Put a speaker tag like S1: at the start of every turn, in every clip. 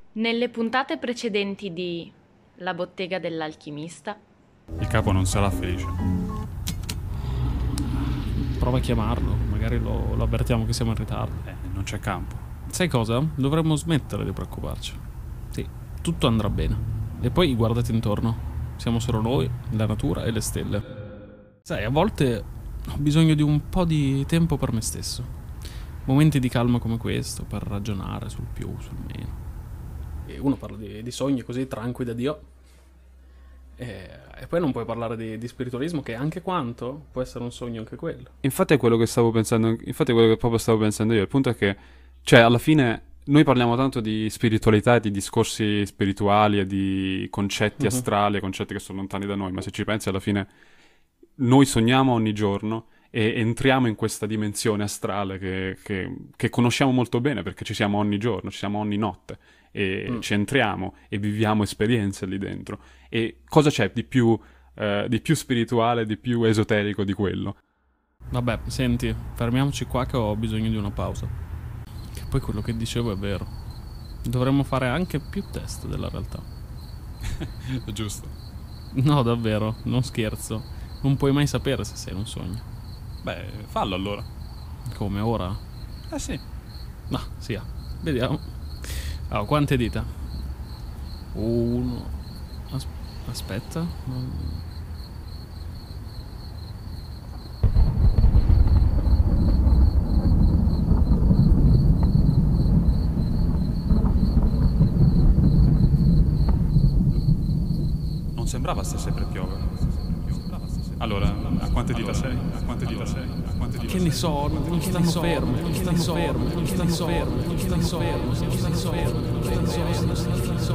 S1: Nelle puntate precedenti di La bottega dell'alchimista.
S2: Il capo non sarà felice.
S3: Prova a chiamarlo, magari lo avvertiamo che siamo in ritardo.
S2: Non c'è campo.
S3: Sai cosa? Dovremmo smettere di preoccuparci. Sì, tutto andrà bene. E poi guardati intorno. Siamo solo noi, la natura e le stelle. Sai, a volte ho bisogno di un po' di tempo per me stesso. Momenti di calma come questo, per ragionare sul più, sul meno. E uno parla di sogni così tranquilli da Dio. E poi non puoi parlare di spiritualismo, che anche quanto può essere un sogno anche quello.
S2: Infatti è quello che stavo pensando, infatti è quello che proprio stavo pensando io. Il punto è che, cioè, alla fine noi parliamo tanto di spiritualità e di discorsi spirituali e di concetti astrali, concetti che sono lontani da noi, ma se ci pensi alla fine noi sogniamo ogni giorno e entriamo in questa dimensione astrale che conosciamo molto bene perché ci siamo ogni giorno, ci siamo ogni notte e ci entriamo e viviamo esperienze lì dentro. E cosa c'è di più spirituale, di più esoterico di quello?
S3: Vabbè, senti, fermiamoci qua che ho bisogno di una pausa. Che poi quello che dicevo è vero. Dovremmo fare anche più test della realtà.
S2: Giusto.
S3: No, davvero, non scherzo. Non puoi mai sapere se sei in un sogno.
S2: Beh, fallo allora.
S3: Come ora?
S2: Eh sì.
S3: No, sia. Vediamo. Allora, quante dita? Uno. Aspetta.
S2: Non sembrava stesse per piovere. Allora, a quante dita sei? A quante dita sei? A quante dita
S3: Che ne so, non stanno ferme, non stanno ferme, non stanno ferme, non stanno ferme, non stanno ferme, non stanno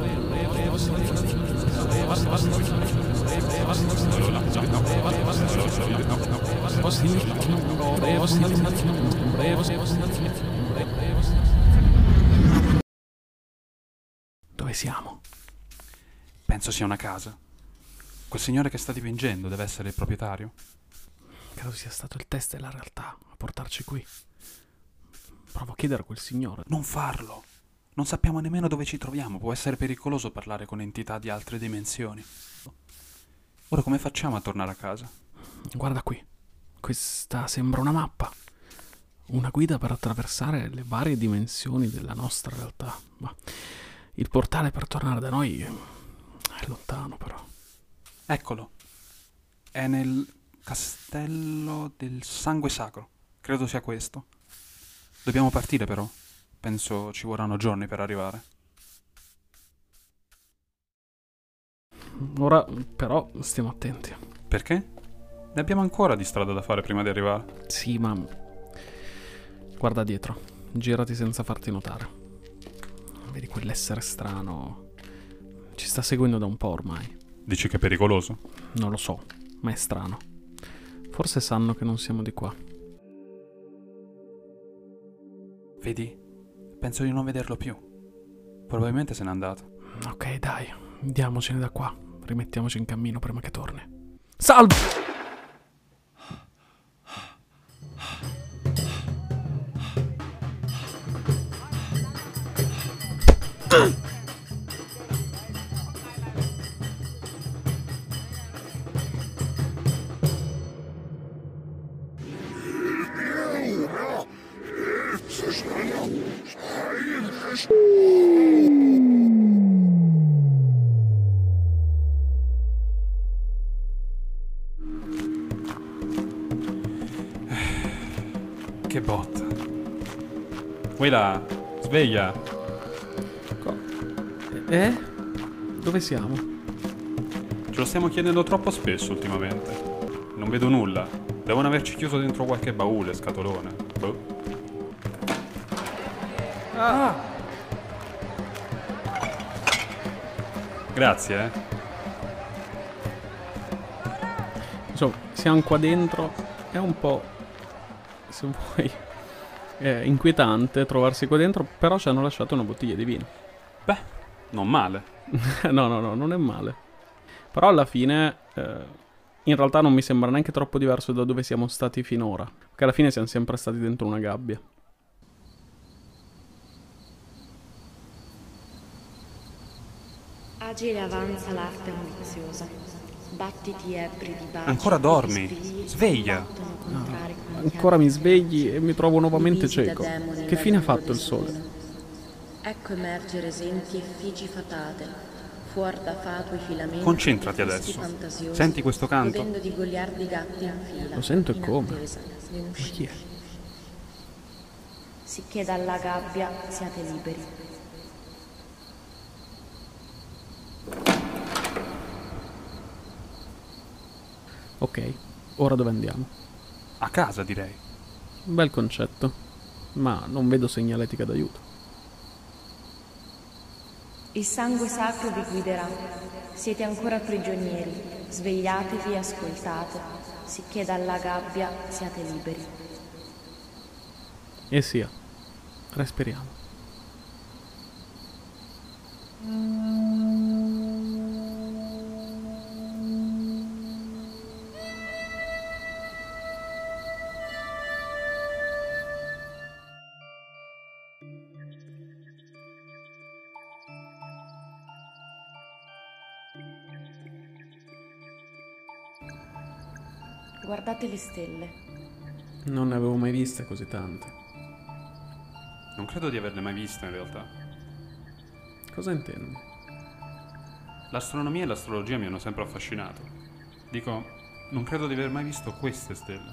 S3: ferme. Dove siamo?
S2: Penso sia una casa. Quel signore che sta dipingendo deve essere il proprietario.
S3: Credo sia stato il test della realtà a portarci qui. Provo a chiedere a quel signore.
S2: Non farlo. Non sappiamo nemmeno dove ci troviamo. Può essere pericoloso parlare con entità di altre dimensioni. Ora come facciamo a tornare a casa?
S3: Guarda qui. Questa sembra una mappa. Una guida per attraversare le varie dimensioni della nostra realtà. Ma il portale per tornare da noi è lontano, però.
S2: Eccolo. È nel castello del sangue sacro. Credo sia questo. Dobbiamo partire però. Penso ci vorranno giorni per arrivare.
S3: Ora, però, stiamo attenti.
S2: Perché? Ne abbiamo ancora di strada da fare prima di arrivare.
S3: Sì, ma guarda dietro. Girati senza farti notare. Vedi quell'essere strano. Ci sta seguendo da un po' ormai.
S2: Dici che è pericoloso?
S3: Non lo so, ma è strano. Forse sanno che non siamo di qua.
S2: Vedi? Penso di non vederlo più. Probabilmente se n'è andato.
S3: Ok, dai, andiamocene da qua. Rimettiamoci in cammino prima che torni. Salve!
S2: Che botta. Voi là, sveglia.
S3: Dove siamo?
S2: Ce lo stiamo chiedendo troppo spesso ultimamente. Non vedo nulla. Devono averci chiuso dentro qualche baule, scatolone. Boh. Grazie,
S3: Insomma, siamo qua dentro. È un po', se vuoi, inquietante trovarsi qua dentro, però ci hanno lasciato una bottiglia di vino.
S2: Beh, non male.
S3: No, non è male. Però alla fine, in realtà non mi sembra neanche troppo diverso da dove siamo stati finora. Perché alla fine siamo sempre stati dentro una gabbia.
S1: Fragile avanza l'arte ambiziosa. Battiti ebbri di baci.
S2: Ancora dormi? Sveglia!
S3: Ancora mi svegli e mi trovo nuovamente cieco. Che fine ha fatto il sole?
S1: Ecco emergere esenti effigi fatate. Fuor da fatui filamenti.
S2: Concentrati
S1: di fischi
S2: adesso.
S1: fantasiosi,
S2: Senti questo canto?
S1: godendo di goliardi gatti in fila.
S3: Lo sento e
S1: in
S3: come?
S1: attesa di
S3: Ma
S1: un'uscita.
S3: chi è?
S1: Sicché dalla gabbia siate liberi.
S3: Ok, ora dove andiamo?
S2: A casa, direi.
S3: Bel concetto, ma non vedo segnaletica d'aiuto.
S1: Il sangue sacro vi guiderà. Siete ancora prigionieri. Svegliatevi e ascoltate, sicché dalla gabbia siate liberi.
S3: E sia, respiriamo.
S1: Guardate le stelle.
S3: Non ne avevo mai viste così tante.
S2: Non credo di averle mai viste in realtà.
S3: Cosa intendi?
S2: L'astronomia e l'astrologia mi hanno sempre affascinato. Dico, non credo di aver mai visto queste stelle.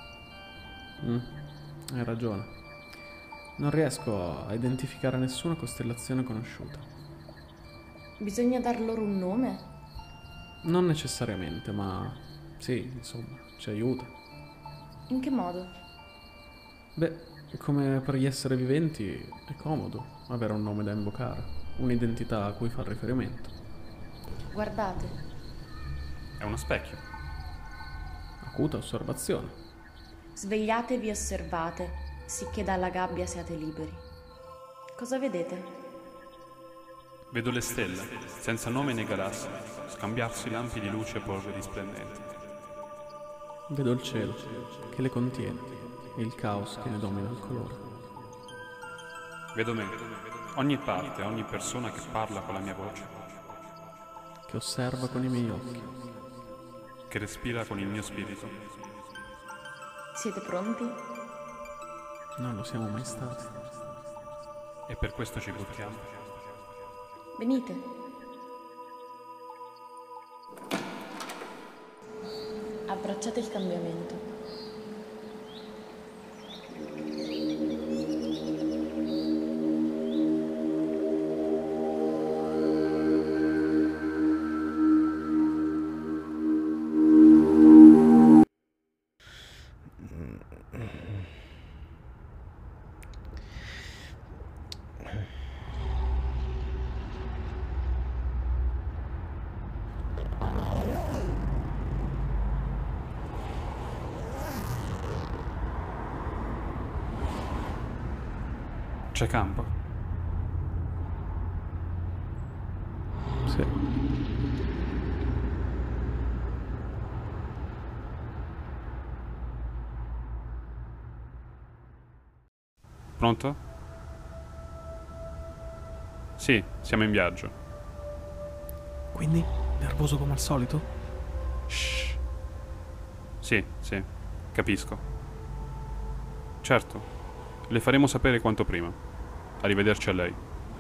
S3: Hai ragione. Non riesco a identificare nessuna costellazione conosciuta.
S1: Bisogna dar loro un nome?
S3: Non necessariamente, ma sì, insomma, ci aiuta.
S1: In che modo?
S3: Beh, come per gli esseri viventi è comodo avere un nome da invocare, un'identità a cui far riferimento.
S1: Guardate.
S2: È uno specchio.
S3: Acuta osservazione.
S1: Svegliatevi e osservate, sicché dalla gabbia siate liberi. Cosa vedete?
S2: Vedo le stelle, senza nome né galassie, scambiarsi lampi di luce e polveri splendenti.
S3: Vedo il cielo che le contiene e il caos che ne domina il colore.
S2: Vedo me, ogni parte, ogni persona che parla con la mia voce,
S3: Che osserva con i miei occhi.
S2: che respira con il mio spirito.
S1: Siete pronti?
S3: Non lo siamo mai stati.
S2: E per questo ci buttiamo.
S1: Venite. Abbracciate il cambiamento.
S2: C'è campo.
S3: Sì.
S2: Pronto? Sì, siamo in viaggio.
S3: Quindi, nervoso come al solito?
S2: Shh. Sì, capisco. Certo, le faremo sapere quanto prima. Arrivederci a lei.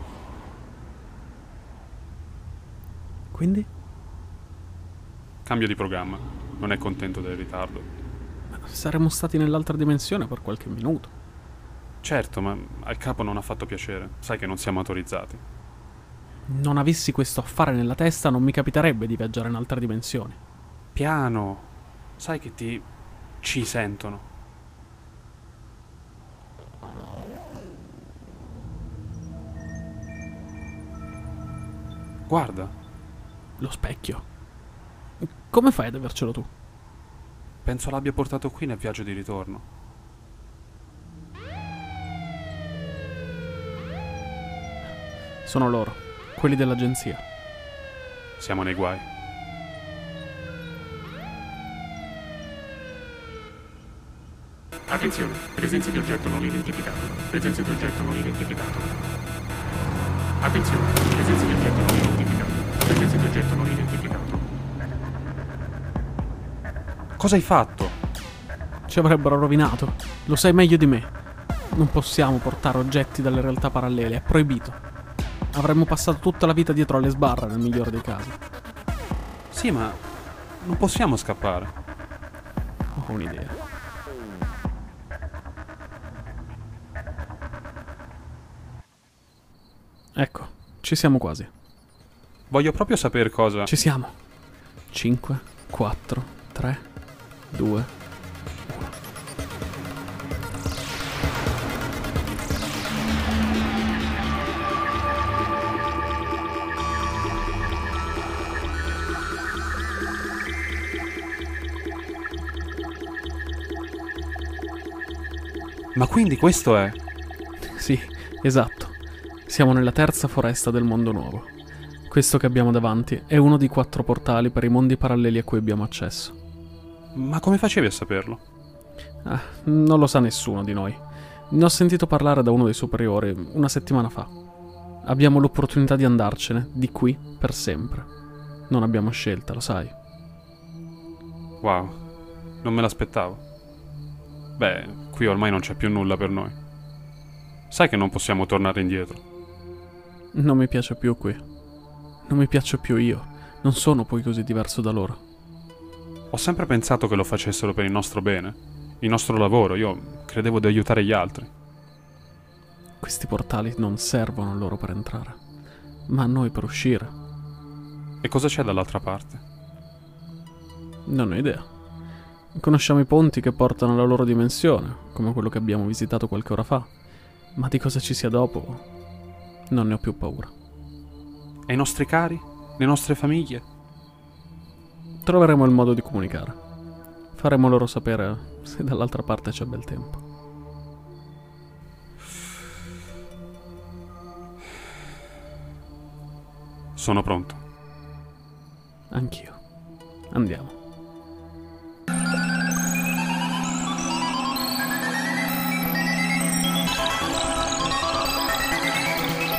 S3: Quindi?
S2: Cambio di programma. Non è contento del ritardo.
S3: Saremmo stati nell'altra dimensione per qualche minuto.
S2: Certo, ma al capo non ha fatto piacere. Sai che non siamo autorizzati.
S3: Non avessi questo affare nella testa, non mi capiterebbe di viaggiare in altre dimensioni.
S2: Piano. Sai che ci sentono. Guarda,
S3: Lo specchio. Come fai ad avercelo tu?
S2: penso l'abbia portato qui nel viaggio di ritorno.
S3: Sono loro, quelli dell'agenzia.
S2: Siamo nei guai.
S4: Attenzione, presenza di oggetto non identificato. Presenza di oggetto non identificato. Attenzione, presenza di oggetto non identificato. Presenza di oggetto non identificato.
S2: Cosa hai fatto?
S3: Ci avrebbero rovinato. Lo sai meglio di me. Non possiamo portare oggetti dalle realtà parallele, è proibito. Avremmo passato tutta la vita dietro alle sbarre, nel migliore dei casi.
S2: Sì, ma non possiamo scappare.
S3: Ho un'idea. Ecco, ci siamo quasi.
S2: Voglio proprio sapere cosa...
S3: Ci siamo. 5, 4, 3, 2,
S2: Ma quindi questo è...
S3: Sì, esatto. Siamo nella terza foresta del mondo nuovo. Questo che abbiamo davanti è uno dei 4 portali per i mondi paralleli a cui abbiamo accesso.
S2: Ma come facevi a saperlo?
S3: Non lo sa nessuno di noi. Ne ho sentito parlare da uno dei superiori una settimana fa. Abbiamo l'opportunità di andarcene, di qui, per sempre. Non abbiamo scelta, lo sai.
S2: Wow, non me l'aspettavo. Beh, qui ormai non c'è più nulla per noi. Sai che non possiamo tornare indietro.
S3: Non mi piace più qui. Non mi piaccio più io. Non sono poi così diverso da loro.
S2: Ho sempre pensato che lo facessero per il nostro bene, il nostro lavoro. Io credevo di aiutare gli altri.
S3: Questi portali non servono a loro per entrare, ma a noi per uscire.
S2: E cosa c'è dall'altra parte?
S3: Non ho idea. Conosciamo i ponti che portano alla loro dimensione, come quello che abbiamo visitato qualche ora fa. Ma di cosa ci sia dopo, non ne ho più paura.
S2: E i nostri cari? Le nostre famiglie?
S3: Troveremo il modo di comunicare. Faremo loro sapere se dall'altra parte c'è bel tempo.
S2: Sono pronto.
S3: Anch'io. Andiamo.